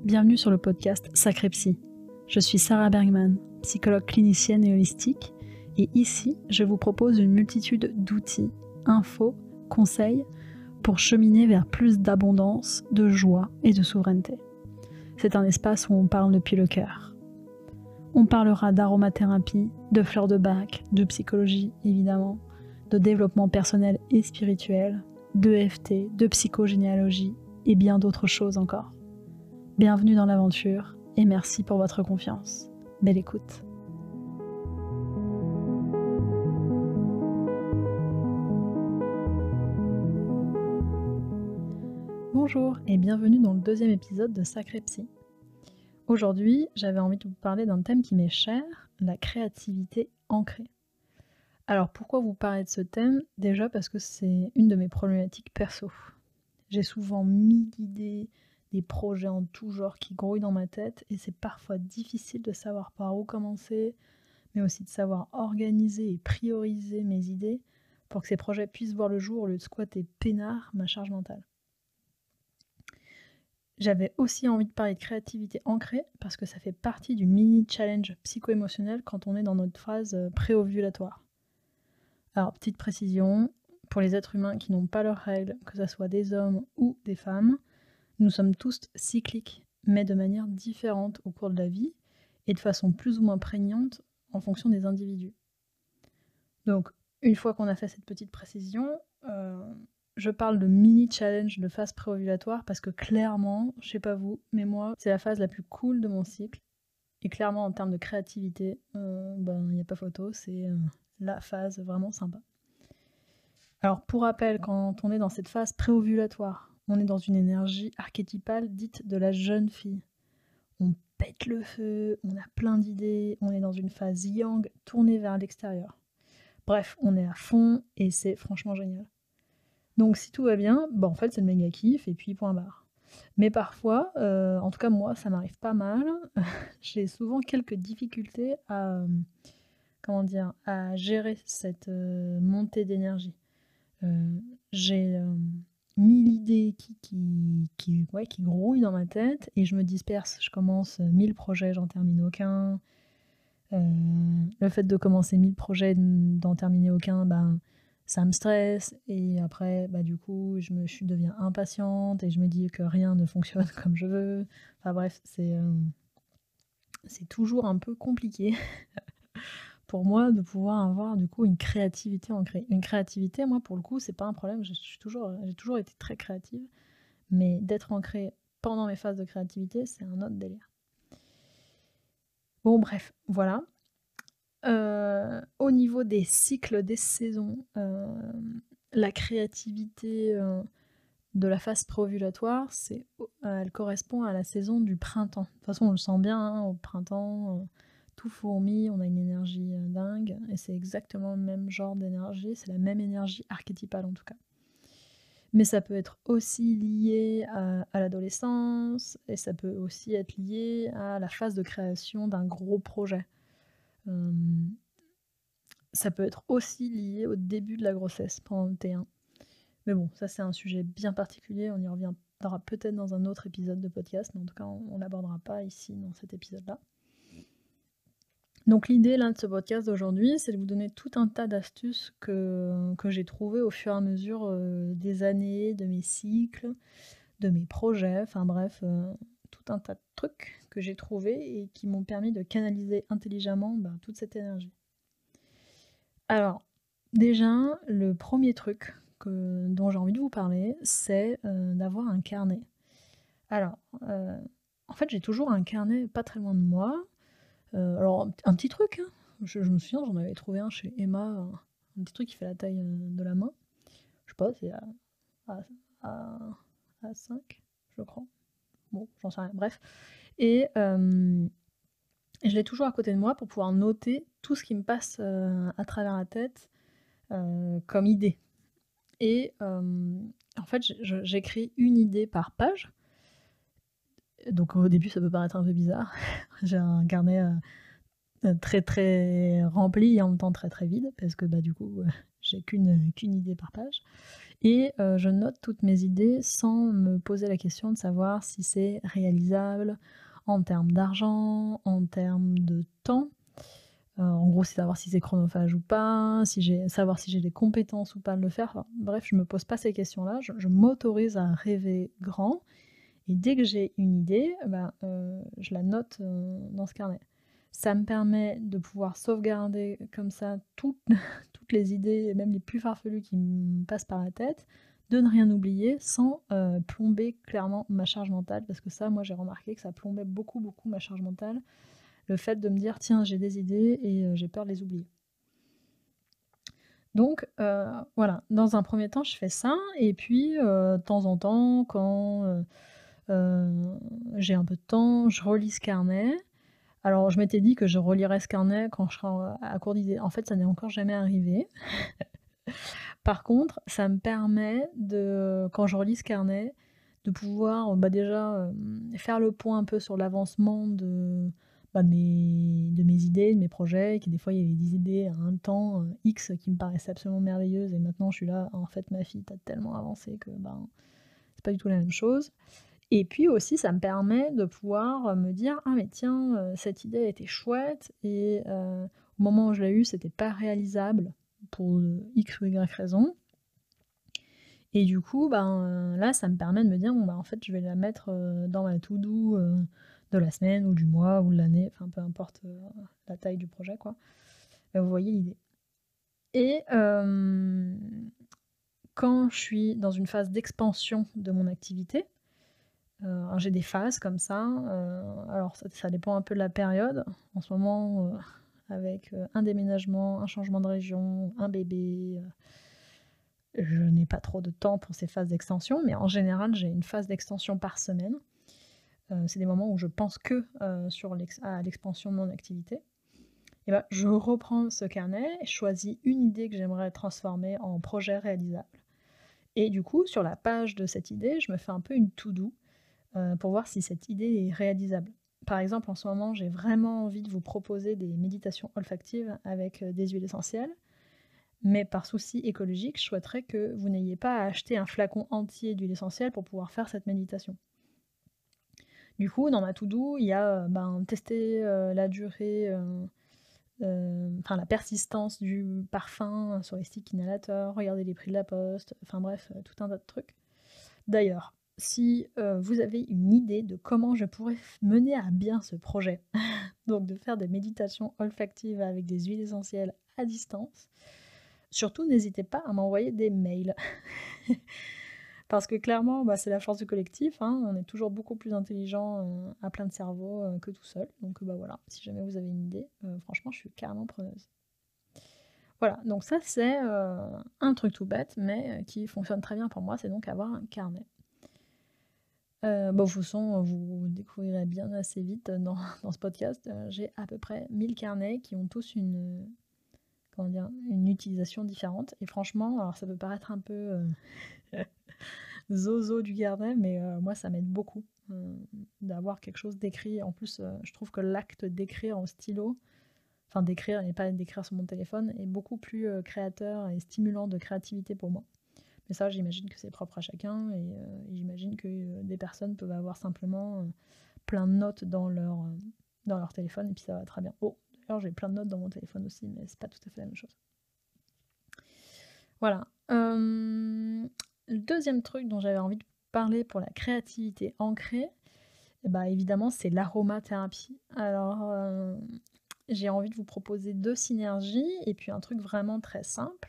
Bienvenue sur le podcast Sacré Psy. Je suis Sarah Bergman, psychologue clinicienne et holistique, et ici, je vous propose une multitude d'outils, infos, conseils pour cheminer vers plus d'abondance, de joie et de souveraineté. C'est un espace où on parle depuis le cœur. On parlera d'aromathérapie, de fleurs de bac, de psychologie évidemment, de développement personnel et spirituel, de EFT, de psychogénéalogie et bien d'autres choses encore. Bienvenue dans l'aventure et merci pour votre confiance. Belle écoute. Bonjour et bienvenue dans le deuxième épisode de Sacré Psy. Aujourd'hui, j'avais envie de vous parler d'un thème qui m'est cher, la créativité ancrée. Alors pourquoi vous parler de ce thème ? Déjà parce que c'est une de mes problématiques perso. J'ai souvent 1000 idées, des projets en tout genre qui grouillent dans ma tête et c'est parfois difficile de savoir par où commencer, mais aussi de savoir organiser et prioriser mes idées pour que ces projets puissent voir le jour au lieu de squatter peinard ma charge mentale. J'avais aussi envie de parler de créativité ancrée parce que ça fait partie du mini-challenge psycho-émotionnel quand on est dans notre phase pré-ovulatoire. Alors, petite précision, pour les êtres humains qui n'ont pas leurs règles, que ce soit des hommes ou des femmes, nous sommes tous cycliques, mais de manière différente au cours de la vie et de façon plus ou moins prégnante en fonction des individus. Donc, une fois qu'on a fait cette petite précision, je parle de mini-challenge de phase préovulatoire parce que clairement, je sais pas vous, mais moi, c'est la phase la plus cool de mon cycle. Et clairement, en termes de créativité, il n'y a pas photo, c'est la phase vraiment sympa. Alors, pour rappel, quand on est dans cette phase préovulatoire, on est dans une énergie archétypale dite de la jeune fille. On pète le feu, on a plein d'idées, on est dans une phase yang tournée vers l'extérieur. Bref, on est à fond et c'est franchement génial. Donc si tout va bien, en fait c'est le méga kiff et puis point barre. Mais parfois, en tout cas moi ça m'arrive pas mal, j'ai souvent quelques difficultés à gérer cette montée d'énergie. J'ai 1000 idées qui grouillent dans ma tête et je me disperse. Je commence 1000 projets, j'en termine aucun. Le fait de commencer 1000 projets, d'en terminer aucun, ça me stresse. Et après, du coup, je deviens impatiente et je me dis que rien ne fonctionne comme je veux. Enfin bref, c'est toujours un peu compliqué. Pour moi, de pouvoir avoir du coup une créativité ancrée. Une créativité, moi, pour le coup, c'est pas un problème. J'ai toujours été très créative, mais d'être ancrée pendant mes phases de créativité, c'est un autre délire. Bon, bref, voilà. Au niveau des cycles, des saisons, la créativité de la phase préovulatoire, elle correspond à la saison du printemps. De toute façon, on le sent bien, au printemps. Tout fourmille, on a une énergie dingue, et c'est exactement le même genre d'énergie, c'est la même énergie archétypale en tout cas. Mais ça peut être aussi lié à l'adolescence, et ça peut aussi être lié à la phase de création d'un gros projet. Ça peut être aussi lié au début de la grossesse, pendant le T1. Mais bon, ça c'est un sujet bien particulier, on y reviendra peut-être dans un autre épisode de podcast, mais en tout cas on l'abordera pas ici dans cet épisode-là. Donc l'idée là de ce podcast d'aujourd'hui, c'est de vous donner tout un tas d'astuces que j'ai trouvées au fur et à mesure des années, de mes cycles, de mes projets, enfin bref, tout un tas de trucs que j'ai trouvés et qui m'ont permis de canaliser intelligemment toute cette énergie. Alors, déjà, le premier truc dont j'ai envie de vous parler, c'est d'avoir un carnet. Alors, en fait, j'ai toujours un carnet pas très loin de moi. Alors, un petit truc, hein. Je me souviens, j'en avais trouvé un chez Emma, un petit truc qui fait la taille de la main. Je sais pas, c'est à 5, je crois. Bon, j'en sais rien, bref. Et je l'ai toujours à côté de moi pour pouvoir noter tout ce qui me passe à travers la tête comme idée. Et en fait, j'écris une idée par page. Donc au début, ça peut paraître un peu bizarre. J'ai un carnet très très rempli et en même temps très très vide parce que du coup j'ai qu'une idée par page. Et je note toutes mes idées sans me poser la question de savoir si c'est réalisable en termes d'argent, en termes de temps. En gros, c'est savoir si c'est chronophage ou pas, savoir si j'ai les compétences ou pas de le faire. Enfin, bref, je me pose pas ces questions-là, je m'autorise à rêver grand et dès que j'ai une idée, je la note, dans ce carnet. Ça me permet de pouvoir sauvegarder comme ça toutes toutes les idées, même les plus farfelues qui me passent par la tête, de ne rien oublier sans, plomber clairement ma charge mentale. Parce que ça, moi, j'ai remarqué que ça plombait beaucoup, beaucoup ma charge mentale, le fait de me dire: «Tiens, j'ai des idées et j'ai peur de les oublier». Donc voilà, dans un premier temps, je fais ça et puis, de temps en temps, quand, j'ai un peu de temps, je relis ce carnet. Alors je m'étais dit que je relirais ce carnet quand je serai à court d'idées. En fait, ça n'est encore jamais arrivé. Par contre, ça me permet de quand je relis ce carnet, de pouvoir, déjà, faire le point un peu sur l'avancement de mes idées, de mes projets, que des fois il y avait des idées à un temps, X qui me paraissaient absolument merveilleuses et maintenant je suis là: «En fait ma fille, tu as tellement avancé que, c'est pas du tout la même chose». Et puis aussi, ça me permet de pouvoir, me dire: «Ah mais tiens, cette idée était chouette et au moment où je l'ai eue, c'était pas réalisable pour, X ou Y raison». Et du coup, là, ça me permet de me dire: «Bon, en fait, je vais la mettre, dans ma to do, de la semaine ou du mois ou de l'année», enfin peu importe, la taille du projet quoi. Vous voyez l'idée. Et quand je suis dans une phase d'expansion de mon activité, alors j'ai des phases comme ça, alors ça dépend un peu de la période. En ce moment, avec, un déménagement, un changement de région, un bébé, je n'ai pas trop de temps pour ces phases d'extension, mais en général, j'ai une phase d'extension par semaine. C'est des moments où je pense que, à l'expansion de mon activité. Et je reprends ce carnet, je choisis une idée que j'aimerais transformer en projet réalisable et du coup, sur la page de cette idée, je me fais un peu une to do, pour voir si cette idée est réalisable. Par exemple, en ce moment, j'ai vraiment envie de vous proposer des méditations olfactives avec, des huiles essentielles, mais par souci écologique, je souhaiterais que vous n'ayez pas à acheter un flacon entier d'huile essentielle pour pouvoir faire cette méditation. Du coup, dans ma to do, il y a, tester, la durée, enfin la persistance du parfum sur les sticks inhalateurs, regarder les prix de la poste, enfin bref, tout un tas de trucs. D'ailleurs, si, vous avez une idée de comment je pourrais mener à bien ce projet, donc de faire des méditations olfactives avec des huiles essentielles à distance, surtout n'hésitez pas à m'envoyer des mails. Parce que clairement, c'est la force du collectif, hein, on est toujours beaucoup plus intelligent, à plein de cerveaux, que tout seul. Donc voilà, si jamais vous avez une idée, franchement je suis carrément preneuse. Voilà, donc ça c'est, un truc tout bête, mais qui fonctionne très bien pour moi, c'est donc avoir un carnet. De toute façon, vous découvrirez bien assez vite dans ce podcast, j'ai à peu près 1000 carnets qui ont tous comment dire? Une utilisation différente et franchement, alors ça peut paraître un peu, zozo du carnet, mais moi ça m'aide beaucoup, d'avoir quelque chose d'écrit. En plus, je trouve que l'acte d'écrire au stylo, enfin d'écrire et pas d'écrire sur mon téléphone, est beaucoup plus, créateur et stimulant de créativité pour moi. Mais ça, j'imagine que c'est propre à chacun et j'imagine que, des personnes peuvent avoir simplement, plein de notes dans leur téléphone et puis ça va très bien. Oh, d'ailleurs, j'ai plein de notes dans mon téléphone aussi, mais c'est pas tout à fait la même chose. Voilà. Le deuxième truc dont j'avais envie de parler pour la créativité ancrée, évidemment, c'est l'aromathérapie. Alors, j'ai envie de vous proposer 2 synergies et puis un truc vraiment très simple.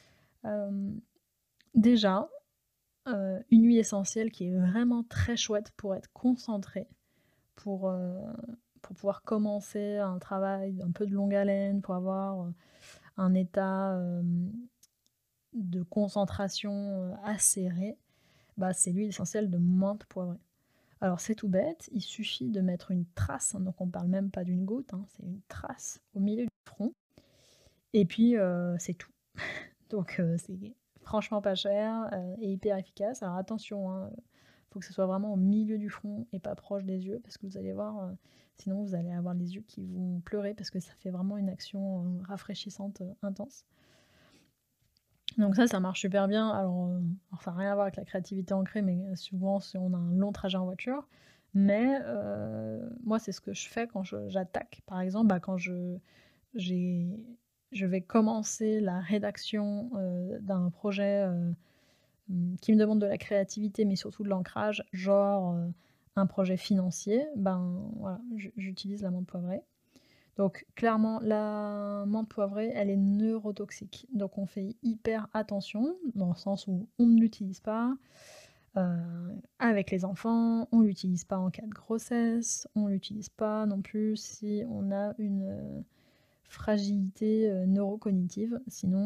Déjà, une huile essentielle qui est vraiment très chouette pour être concentré, pour, pour pouvoir commencer un travail un peu de longue haleine, pour avoir, un état, de concentration, acéré, c'est l'huile essentielle de menthe poivrée. Alors c'est tout bête, il suffit de mettre une trace, hein, donc on parle même pas d'une goutte, hein, c'est une trace au milieu du front et puis, c'est tout. Donc c'est franchement pas cher, et hyper efficace. Alors attention, hein, faut que ce soit vraiment au milieu du front et pas proche des yeux parce que vous allez voir, sinon vous allez avoir les yeux qui vont pleurer parce que ça fait vraiment une action, rafraîchissante, intense. Donc ça marche super bien. Alors ça n'a rien à voir avec la créativité ancrée, mais souvent si on a un long trajet en voiture. Mais moi, c'est ce que je fais quand j'attaque. Par exemple, quand j'ai je vais commencer la rédaction, d'un projet, qui me demande de la créativité, mais surtout de l'ancrage, genre, un projet financier, ben, voilà, j'utilise l'amande poivrée. Donc clairement, la menthe poivrée, elle est neurotoxique. Donc on fait hyper attention, dans le sens où on ne l'utilise pas avec les enfants, on l'utilise pas en cas de grossesse, on l'utilise pas non plus si on a une fragilité neurocognitive.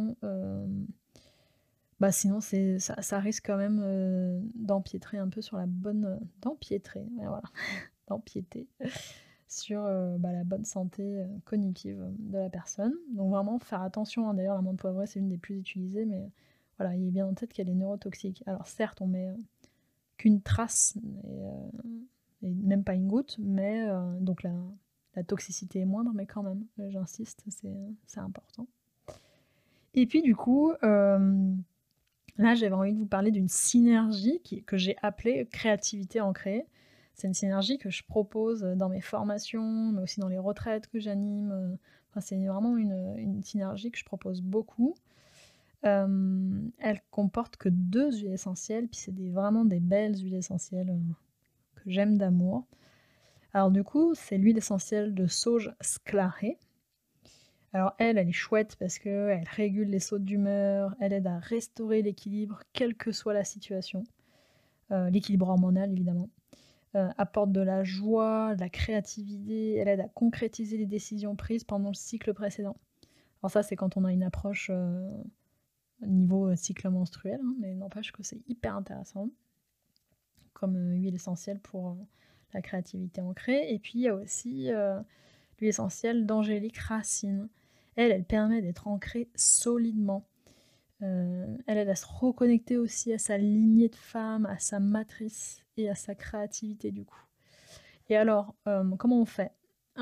Sinon ça risque quand même d'empiétrer un peu sur la bonne... d'empiétrer, ouais, voilà, d'empiéter sur la bonne santé cognitive de la personne. Donc vraiment faire attention, hein. D'ailleurs l'amande poivrée c'est une des plus utilisées, mais voilà, il est bien en tête qu'elle est neurotoxique. Alors certes on met qu'une trace, et même pas une goutte, mais donc la toxicité est moindre, mais quand même, j'insiste, c'est important. Et puis du coup, là j'avais envie de vous parler d'une synergie que j'ai appelée créativité ancrée. C'est une synergie que je propose dans mes formations, mais aussi dans les retraites que j'anime. Enfin, c'est vraiment une synergie que je propose beaucoup. Elle comporte que 2 huiles essentielles, puis c'est vraiment des belles huiles essentielles que j'aime d'amour. Alors du coup, c'est l'huile essentielle de sauge sclarée. Alors elle est chouette parce qu'elle régule les sautes d'humeur, elle aide à restaurer l'équilibre, quelle que soit la situation. L'équilibre hormonal, évidemment. Apporte de la joie, de la créativité, elle aide à concrétiser les décisions prises pendant le cycle précédent. Alors ça, c'est quand on a une approche niveau cycle menstruel, hein, mais n'empêche que c'est hyper intéressant comme huile essentielle pour la créativité ancrée. Et puis il y a aussi l'huile essentielle d'Angélique Racine. Elle permet d'être ancrée solidement. Elle aide à se reconnecter aussi à sa lignée de femme, à sa matrice et à sa créativité du coup. Et alors, comment on fait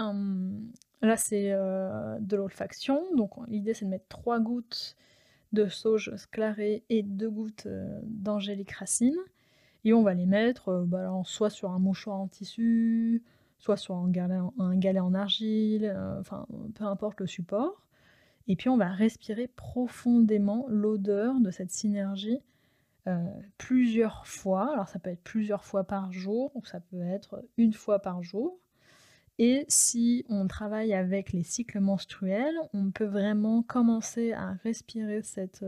Là, c'est de l'olfaction. Donc l'idée, c'est de mettre 3 gouttes de sauge sclarée et 2 gouttes d'Angélique Racine. Et on va les mettre soit sur un mouchoir en tissu, soit sur un galet en argile, enfin peu importe le support. Et puis on va respirer profondément l'odeur de cette synergie plusieurs fois. Alors ça peut être plusieurs fois par jour, ou ça peut être une fois par jour. Et si on travaille avec les cycles menstruels, on peut vraiment commencer à respirer cette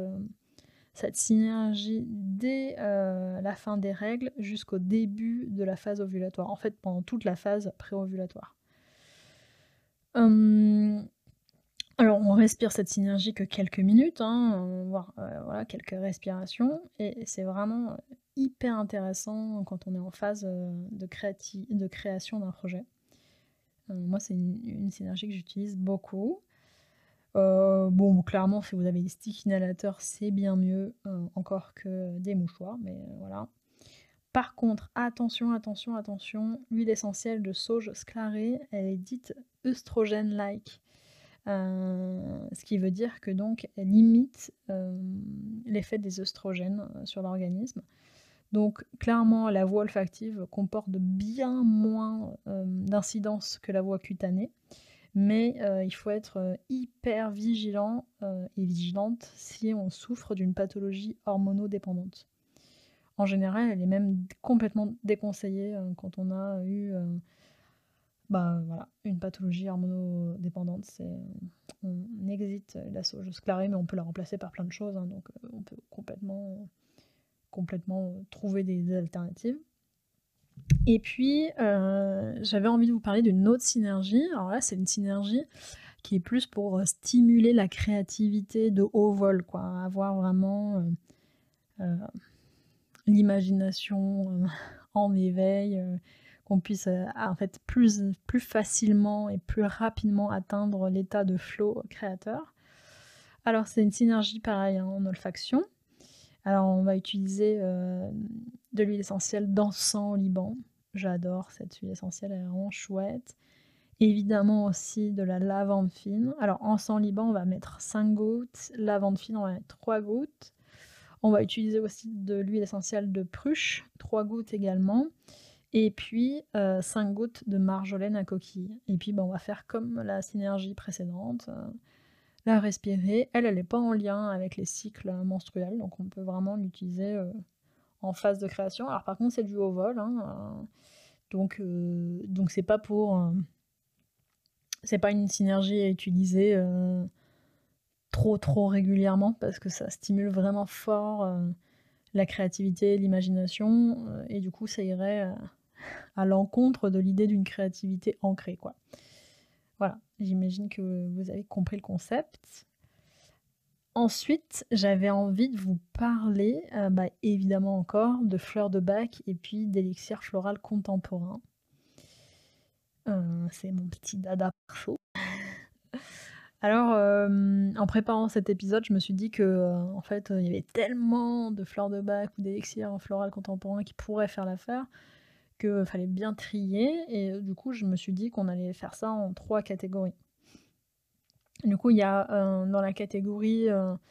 synergie dès la fin des règles jusqu'au début de la phase ovulatoire. En fait, pendant toute la phase préovulatoire. Alors, on respire cette synergie que quelques minutes, hein, voire voilà, quelques respirations. Et c'est vraiment hyper intéressant quand on est en phase de création d'un projet. Moi, c'est une synergie que j'utilise beaucoup. Bon, clairement, si vous avez des sticks inhalateurs, c'est bien mieux encore que des mouchoirs, mais voilà. Par contre, attention, attention, attention, l'huile essentielle de sauge sclarée, elle est dite œstrogène-like. Ce qui veut dire que donc elle limite l'effet des œstrogènes sur l'organisme. Donc clairement, la voie olfactive comporte bien moins d'incidence que la voie cutanée. Mais il faut être hyper vigilant et vigilante si on souffre d'une pathologie hormonodépendante. En général, elle est même complètement déconseillée quand on a eu une pathologie hormonodépendante. On exite la sauge sclarée, mais on peut la remplacer par plein de choses, hein, donc on peut complètement trouver des alternatives. Et puis, j'avais envie de vous parler d'une autre synergie. Alors là, c'est une synergie qui est plus pour stimuler la créativité de haut vol, quoi. Avoir vraiment l'imagination en éveil, qu'on puisse en fait plus facilement et plus rapidement atteindre l'état de flow créateur. Alors c'est une synergie pareil en olfaction. Alors on va utiliser de l'huile essentielle d'encens au Liban. J'adore cette huile essentielle, elle est vraiment chouette. Évidemment aussi de la lavande fine. Alors en sang-liban, on va mettre 5 gouttes, lavande fine, on va mettre 3 gouttes. On va utiliser aussi de l'huile essentielle de pruche, 3 gouttes également et puis, 5 gouttes de marjolaine à coquille et puis, bah, on va faire comme la synergie précédente, la respirer. Elle est pas en lien avec les cycles, menstruels, donc on peut vraiment l'utiliser, en phase de création. Alors par contre, c'est du haut vol, hein, donc c'est pas une synergie à utiliser, trop régulièrement parce que ça stimule vraiment fort, la créativité, l'imagination, et du coup ça irait, à l'encontre de l'idée d'une créativité ancrée, quoi. Voilà, j'imagine que vous avez compris le concept. Ensuite, j'avais envie de vous parler, bah, évidemment encore de fleurs de bac et puis d'élixir floral contemporain. C'est mon petit dada perso. Alors, en préparant cet épisode, je me suis dit que, en fait, il y avait tellement de fleurs de bac ou d'élixirs floral contemporain qui pourraient faire l'affaire, que fallait bien trier et du coup, je me suis dit qu'on allait faire ça en 3 catégories. Du coup, il y a, dans la catégorie,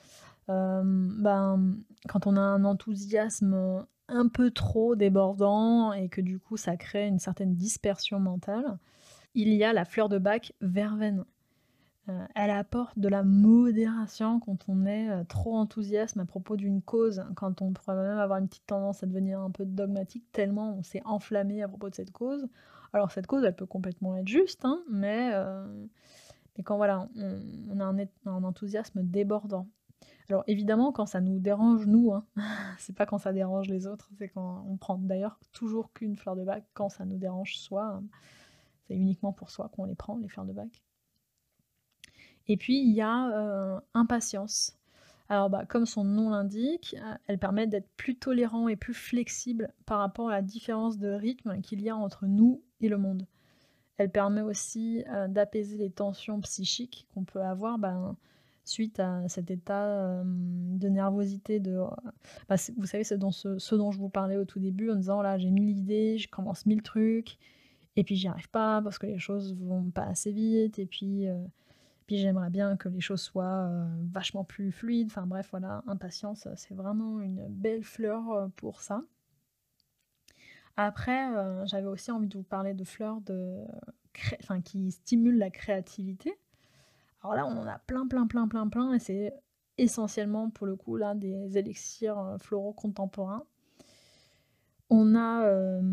ben, quand on a un enthousiasme, un peu trop débordant et que du coup ça crée une certaine dispersion mentale, il y a la fleur de bac verveine. Elle apporte de la modération quand on est, trop enthousiaste à propos d'une cause, quand on pourrait même avoir une petite tendance à devenir un peu dogmatique tellement on s'est enflammé à propos de cette cause. Alors cette cause, elle peut complètement être juste, hein, mais quand voilà, on a un enthousiasme débordant. Alors évidemment quand ça nous dérange nous, hein, c'est pas quand ça dérange les autres, c'est quand on prend d'ailleurs toujours qu'une fleur de bac quand ça nous dérange soi, c'est uniquement pour soi qu'on les prend, les fleurs de bac. Et puis il y a, impatience. Alors bah, comme son nom l'indique, elle permet d'être plus tolérant et plus flexible par rapport à la différence de rythme qu'il y a entre nous et le monde. Elle permet aussi, d'apaiser les tensions psychiques qu'on peut avoir, ben, suite à cet état, de nervosité bah, vous savez, ce dont je vous parlais au tout début en disant: «Là, j'ai 1000 idées, je commence 1000 trucs et puis j'y arrive pas parce que les choses vont pas assez vite et puis j'aimerais bien que les choses soient, vachement plus fluides». Enfin bref, voilà, impatience, c'est vraiment une belle fleur, pour ça. Après, j'avais aussi envie de vous parler de fleurs qui stimulent la créativité. Alors là, on en a plein, plein, plein, plein, plein et c'est essentiellement pour le coup là des élixirs, floraux contemporains. On a,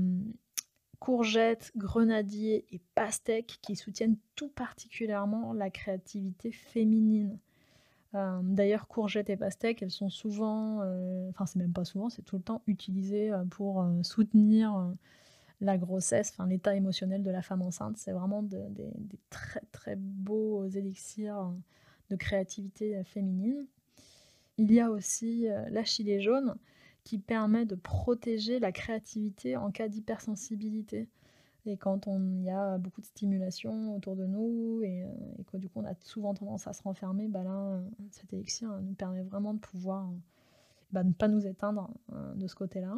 courgettes, grenadier et pastèque qui soutiennent tout particulièrement la créativité féminine. D'ailleurs, courgettes et pastèques, elles sont souvent, enfin c'est même pas souvent, c'est tout le temps utilisé, pour, soutenir, la grossesse, enfin l'état émotionnel de la femme enceinte. C'est vraiment des très, très beaux élixirs, de créativité, féminine. Il y a aussi, l'achillée jaune qui permet de protéger la créativité en cas d'hypersensibilité et quand il y a beaucoup de stimulation autour de nous et que du coup on a souvent tendance à se renfermer, bah là, cet élixir nous permet vraiment de pouvoir, bah, ne pas nous éteindre, de ce côté-là.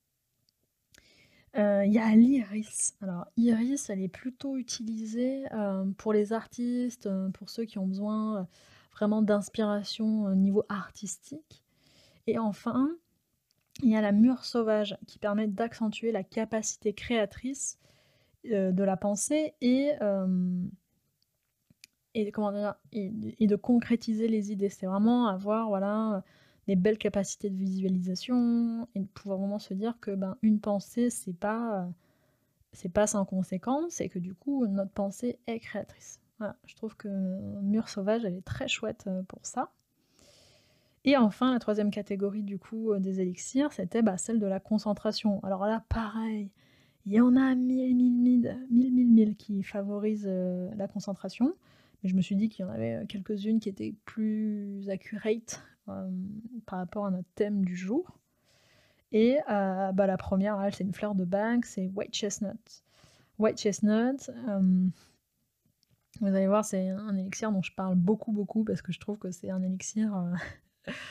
Il y a l'iris. Alors iris, elle est plutôt utilisée, pour les artistes, pour ceux qui ont besoin, vraiment d'inspiration au niveau artistique et enfin, il y a la mûre sauvage qui permet d'accentuer la capacité créatrice, de la pensée et comment dire? Et de concrétiser les idées. C'est vraiment avoir, voilà, des belles capacités de visualisation et de pouvoir vraiment se dire que, ben, une pensée, c'est pas sans conséquence et que du coup, notre pensée est créatrice. Voilà, je trouve que Mûre sauvage, elle est très chouette, pour ça. Et enfin, la troisième catégorie du coup, des élixirs, c'était, bah, celle de la concentration. Alors là, pareil, il y en a mille qui favorisent, la concentration. Mais je me suis dit qu'il y en avait, quelques-unes qui étaient plus accurate, par rapport à notre thème du jour. Et bah, la première, elle, c'est une fleur de bac, c'est White Chestnut. White Chestnut, vous allez voir, c'est un élixir dont je parle beaucoup, beaucoup parce que je trouve que c'est un élixir,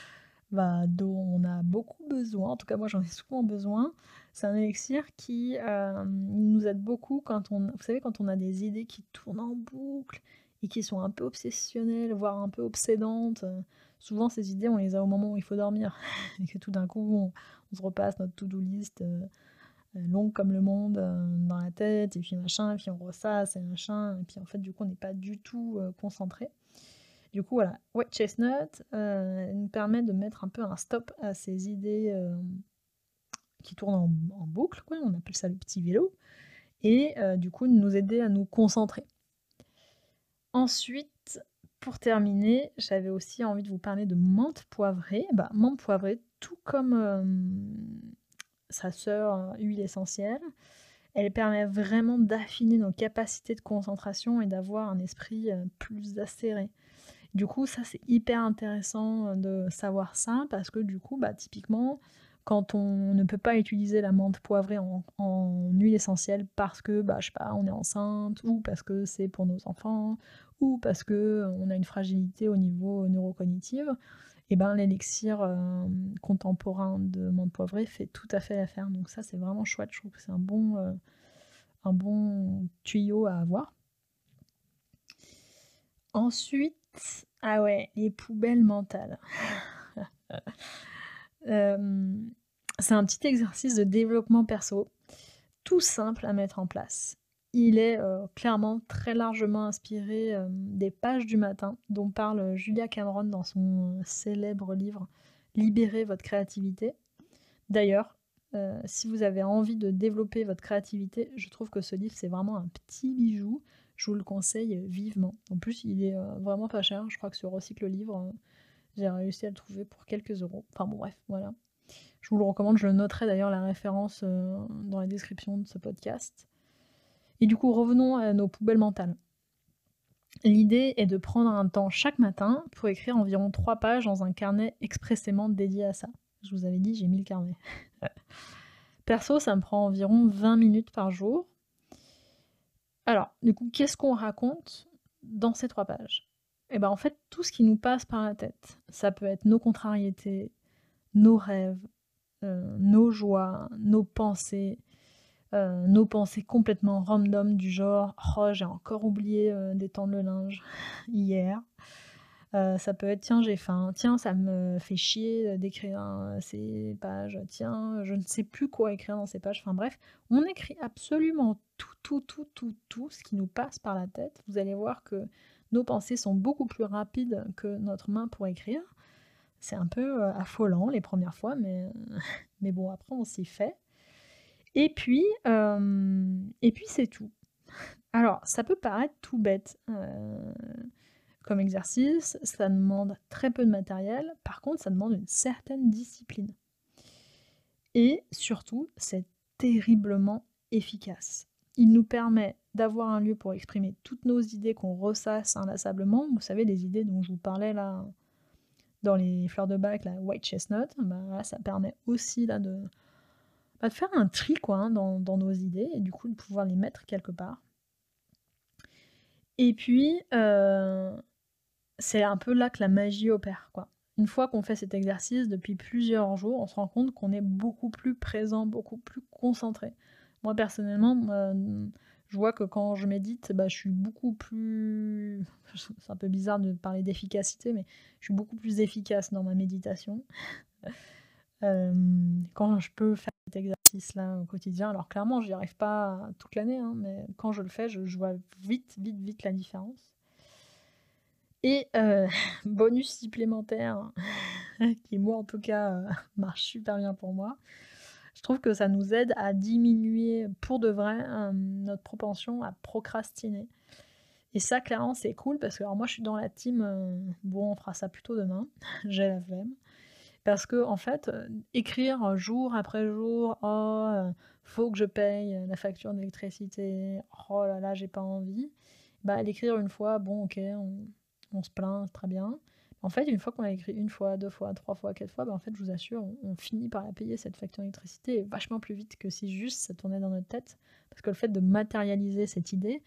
dont on a beaucoup besoin. En tout cas, moi, j'en ai souvent besoin. C'est un élixir qui nous aide beaucoup vous savez, quand on a des idées qui tournent en boucle et qui sont un peu obsessionnelles, voire un peu obsédantes. Souvent, ces idées, on les a au moment où il faut dormir. Et que tout d'un coup, on se repasse notre to-do list longue comme le monde dans la tête, et puis machin, et puis on ressasse, et machin, et puis en fait, du coup, on n'est pas du tout concentré. Du coup, voilà, White Chestnut nous permet de mettre un peu un stop à ces idées qui tournent en boucle, quoi. On appelle ça le petit vélo, et du coup, de nous aider à nous concentrer. Ensuite, pour terminer, j'avais aussi envie de vous parler de menthe poivrée. Menthe poivrée, tout comme sa sœur huile essentielle, elle permet vraiment d'affiner nos capacités de concentration et d'avoir un esprit plus acéré. Du coup, ça, c'est hyper intéressant de savoir ça parce que du coup, typiquement, quand on ne peut pas utiliser la menthe poivrée en huile essentielle parce que, je sais pas, on est enceinte, ou parce que c'est pour nos enfants, ou parce que on a une fragilité au niveau neurocognitif, et l'élixir contemporain de menthe poivrée fait tout à fait l'affaire. Donc ça, c'est vraiment chouette. Je trouve que c'est un bon tuyau à avoir. Ensuite, ah ouais, les poubelles mentales. C'est un petit exercice de développement perso, tout simple à mettre en place. Il est clairement très largement inspiré des pages du matin dont parle Julia Cameron dans son célèbre livre Libérez votre créativité. D'ailleurs, si vous avez envie de développer votre créativité, je trouve que ce livre, c'est vraiment un petit bijou. Je vous le conseille vivement. En plus, il est vraiment pas cher. Je crois que sur Recycle Livre, j'ai réussi à le trouver pour quelques euros. Enfin bon, bref, voilà. Je vous le recommande. Je noterai d'ailleurs la référence dans la description de ce podcast. Et du coup, revenons à nos poubelles mentales. L'idée est de prendre un temps chaque matin pour écrire environ 3 pages dans un carnet expressément dédié à ça. Je vous avais dit, j'ai mis le carnet. Perso, ça me prend environ 20 minutes par jour. Alors, du coup, qu'est-ce qu'on raconte dans ces 3 pages? En fait, tout ce qui nous passe par la tête. Ça peut être nos contrariétés, nos rêves, nos joies, nos pensées complètement random du genre « Oh, j'ai encore oublié d'étendre le linge hier ». Ça peut être « Tiens, j'ai faim »,« Tiens, ça me fait chier d'écrire ces pages »,« Tiens, je ne sais plus quoi écrire dans ces pages ». Enfin bref, on écrit absolument tout ce qui nous passe par la tête. Vous allez voir que nos pensées sont beaucoup plus rapides que notre main pour écrire. C'est un peu affolant les premières fois, mais bon, après on s'y fait. Et puis c'est tout. Alors, ça peut paraître tout bête comme exercice, ça demande très peu de matériel, par contre ça demande une certaine discipline. Et surtout, c'est terriblement efficace. Il nous permet d'avoir un lieu pour exprimer toutes nos idées qu'on ressasse inlassablement. Vous savez, les idées dont je vous parlais là, dans les fleurs de bac, la White Chestnut, là, ça permet aussi là, de faire un tri quoi, dans nos idées, et du coup de pouvoir les mettre quelque part. Et puis, c'est un peu là que la magie opère, quoi. Une fois qu'on fait cet exercice depuis plusieurs jours, on se rend compte qu'on est beaucoup plus présent, beaucoup plus concentré. Moi, personnellement, je vois que quand je médite, je suis beaucoup plus... C'est un peu bizarre de parler d'efficacité, mais je suis beaucoup plus efficace dans ma méditation. Quand je peux faire cet exercice-là au quotidien, alors clairement, j'y arrive pas toute l'année, hein, mais quand je le fais, je vois vite la différence. Et bonus supplémentaire, qui moi en tout cas marche super bien pour moi, je trouve que ça nous aide à diminuer pour de vrai notre propension à procrastiner. Et ça, clairement, c'est cool parce que alors moi je suis dans la team bon, on fera ça plutôt demain, j'ai la flemme. Parce que en fait, écrire jour après jour, oh, faut que je paye la facture d'électricité, oh là là, j'ai pas envie. L'écrire une fois, bon, ok, on se plaint, très bien. En fait, une fois qu'on l'a écrit une fois, 2 fois, 3 fois, 4 fois, en fait, je vous assure, on finit par la payer cette facture d'électricité vachement plus vite que si juste ça tournait dans notre tête. Parce que le fait de matérialiser cette idée,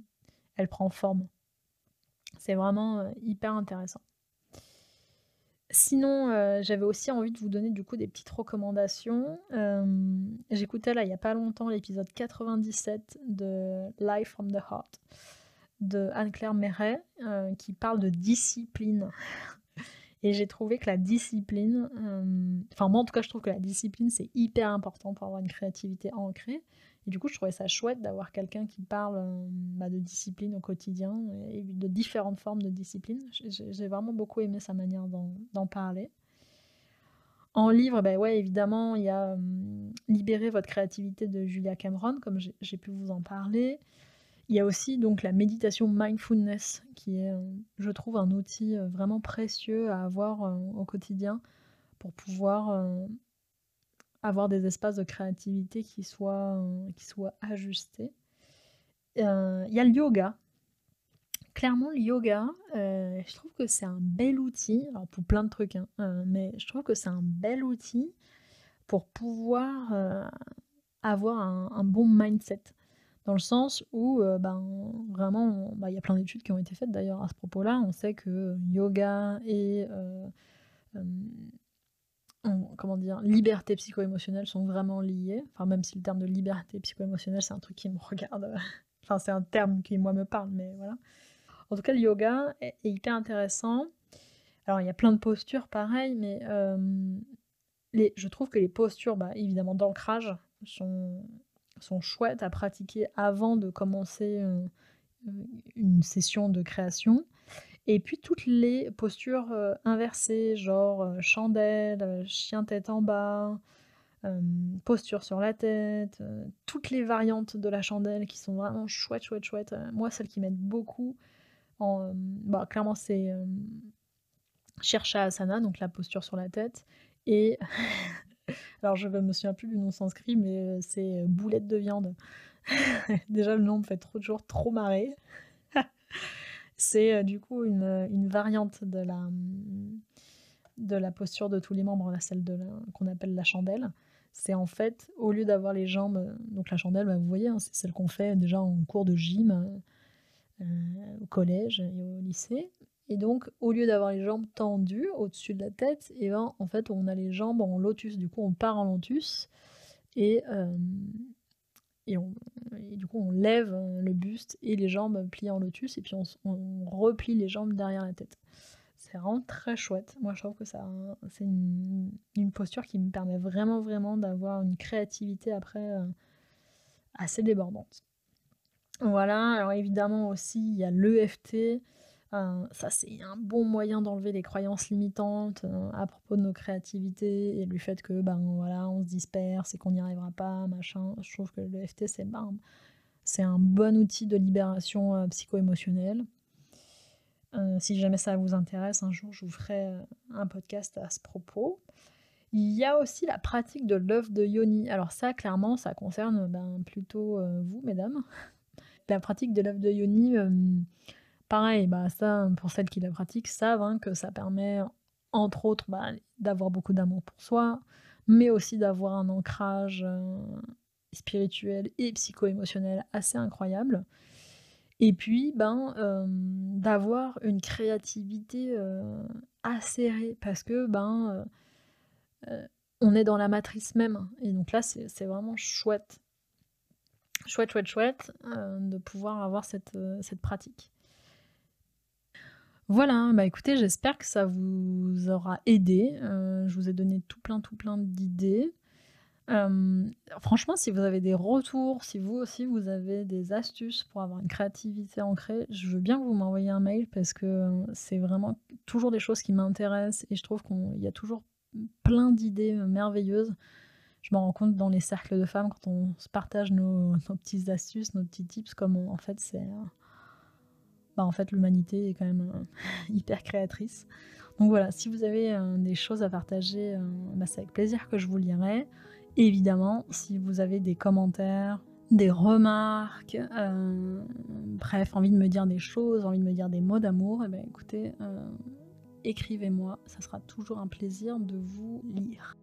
elle prend forme. C'est vraiment hyper intéressant. Sinon, j'avais aussi envie de vous donner du coup des petites recommandations. J'écoutais là il y a pas longtemps l'épisode 97 de Live from the Heart de Anne-Claire Méret, qui parle de discipline. Et j'ai trouvé que la discipline, enfin moi en tout cas je trouve que la discipline c'est hyper important pour avoir une créativité ancrée. Et du coup je trouvais ça chouette d'avoir quelqu'un qui parle de discipline au quotidien et de différentes formes de discipline. J'ai vraiment beaucoup aimé sa manière d'en parler. En livre, ouais évidemment il y a Libérer votre créativité de Julia Cameron, comme j'ai pu vous en parler. Il y a aussi donc la méditation mindfulness qui est, je trouve, un outil vraiment précieux à avoir au quotidien pour pouvoir avoir des espaces de créativité qui soient ajustés. Il y a le yoga. Clairement, le yoga, je trouve que c'est un bel outil, alors pour plein de trucs, hein, mais je trouve que c'est un bel outil pour pouvoir avoir un bon mindset. Dans le sens où, vraiment, il y a plein d'études qui ont été faites d'ailleurs à ce propos-là. On sait que yoga et comment dire, liberté psycho-émotionnelle sont vraiment liés. Enfin, même si le terme de liberté psycho-émotionnelle, c'est un truc qui me regarde. Enfin, c'est un terme qui, moi, me parle, mais voilà. En tout cas, le yoga est hyper intéressant. Alors, il y a plein de postures, pareil, mais je trouve que les postures, évidemment, d'ancrage sont chouettes à pratiquer avant de commencer une session de création. Et puis toutes les postures inversées, genre chandelle, chien tête en bas, posture sur la tête, toutes les variantes de la chandelle qui sont vraiment chouettes. Moi, celle qui m'aide beaucoup, clairement, c'est Shirsasana, donc la posture sur la tête. Et alors je me souviens plus du nom sanskrit, mais c'est boulette de viande. Déjà le nom me fait toujours trop marrer. C'est du coup une variante de la posture de tous les membres, celle qu'on appelle la chandelle. C'est en fait, au lieu d'avoir les jambes, donc la chandelle, vous voyez, hein, c'est celle qu'on fait déjà en cours de gym au collège et au lycée. Et donc, au lieu d'avoir les jambes tendues au-dessus de la tête, et en fait, on a les jambes en lotus. Du coup, on part en lotus et du coup, on lève le buste et les jambes pliées en lotus, et puis on replie les jambes derrière la tête. C'est vraiment très chouette. Moi, je trouve que c'est une posture qui me permet vraiment d'avoir une créativité après assez débordante. Voilà, alors évidemment aussi, il y a l'EFT. Ça, c'est un bon moyen d'enlever les croyances limitantes à propos de nos créativités et du fait que, voilà, on se disperse et qu'on n'y arrivera pas, machin. Je trouve que l'EFT, c'est un bon outil de libération psycho-émotionnelle. Si jamais ça vous intéresse, un jour, je vous ferai un podcast à ce propos. Il y a aussi la pratique de l'œuf de yoni. Alors ça, clairement, ça concerne plutôt vous, mesdames. La pratique de l'œuf de yoni, pareil, ça, pour celles qui la pratiquent, savent que ça permet, entre autres, d'avoir beaucoup d'amour pour soi, mais aussi d'avoir un ancrage spirituel et psycho-émotionnel assez incroyable. Et puis, d'avoir une créativité acérée, parce que on est dans la matrice même. Et donc là, c'est vraiment chouette. Chouette de pouvoir avoir cette pratique. Voilà, écoutez, j'espère que ça vous aura aidé. Je vous ai donné tout plein d'idées. Franchement, si vous avez des retours, si vous aussi vous avez des astuces pour avoir une créativité ancrée, je veux bien que vous m'envoyiez un mail parce que c'est vraiment toujours des choses qui m'intéressent et je trouve qu'il y a toujours plein d'idées merveilleuses. Je me rends compte dans les cercles de femmes quand on se partage nos petites astuces, nos petits tips, comme en fait l'humanité est quand même hyper créatrice. Donc voilà, si vous avez des choses à partager, c'est avec plaisir que je vous lirai. Évidemment, si vous avez des commentaires, des remarques, bref, envie de me dire des choses, envie de me dire des mots d'amour, écoutez, écrivez-moi, ça sera toujours un plaisir de vous lire.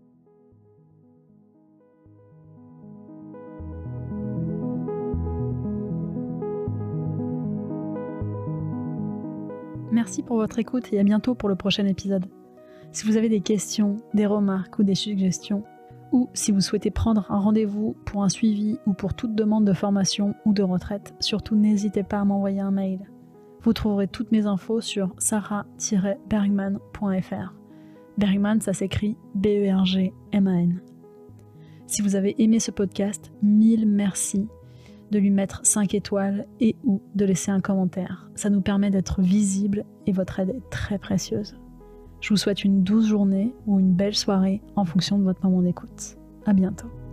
Merci pour votre écoute et à bientôt pour le prochain épisode. Si vous avez des questions, des remarques ou des suggestions, ou si vous souhaitez prendre un rendez-vous pour un suivi ou pour toute demande de formation ou de retraite, surtout n'hésitez pas à m'envoyer un mail. Vous trouverez toutes mes infos sur sarah-bergman.fr. Bergman, ça s'écrit B-E-R-G-M-A-N. Si vous avez aimé ce podcast, 1000 merci de lui mettre 5 étoiles et ou de laisser un commentaire. Ça nous permet d'être visible et votre aide est très précieuse. Je vous souhaite une douce journée ou une belle soirée en fonction de votre moment d'écoute. À bientôt.